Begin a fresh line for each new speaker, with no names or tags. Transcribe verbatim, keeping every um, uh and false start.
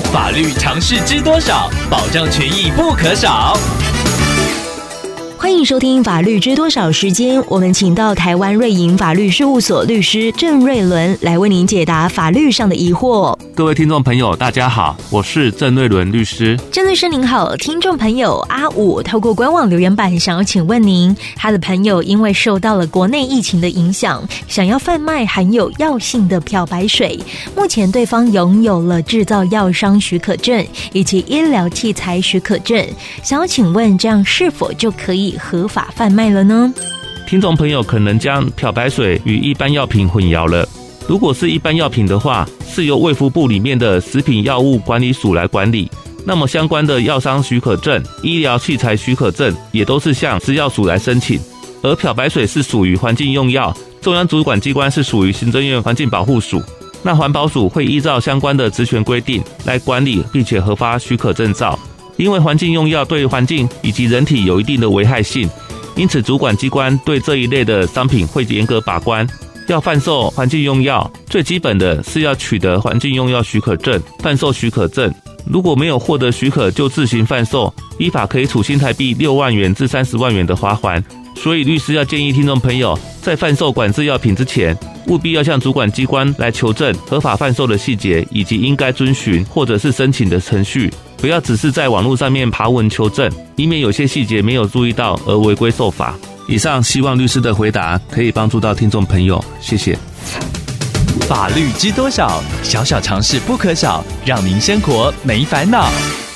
法律常识知多少？保障权益不可少。
欢迎收听法律知多少时间，我们请到台湾瑞银法律事务所律师郑瑞伦来为您解答法律上的疑惑。
各位听众朋友大家好，我是郑瑞伦律师。
郑律师您好，听众朋友阿五透过官网留言板想要请问您，他的朋友因为受到了国内疫情的影响，想要贩卖含有药性的漂白水，目前对方拥有了制造药商许可证以及医疗器材许可证，想要请问这样是否就可以合法贩卖了呢？
听众朋友可能将漂白水与一般药品混淆了。如果是一般药品的话，是由卫福部里面的食品药物管理署来管理，那么相关的药商许可证、医疗器材许可证也都是向食药署来申请。而漂白水是属于环境用药，中央主管机关是属于行政院环境保护署，那环保署会依照相关的职权规定来管理，并且核发许可证照。因为环境用药对环境以及人体有一定的危害性，因此主管机关对这一类的商品会严格把关。要贩售环境用药，最基本的是要取得环境用药许可证、贩售许可证。如果没有获得许可就自行贩售，依法可以处新台币六万元至三十万元的罚锾。所以律师要建议听众朋友，在贩售管制药品之前，务必要向主管机关来求证合法贩售的细节，以及应该遵循或者是申请的程序，不要只是在网络上面爬文求证，以免有些细节没有注意到而违规受罚。以上希望律师的回答可以帮助到听众朋友，谢谢。
法律知多少？小小常识不可少，让您生活没烦恼。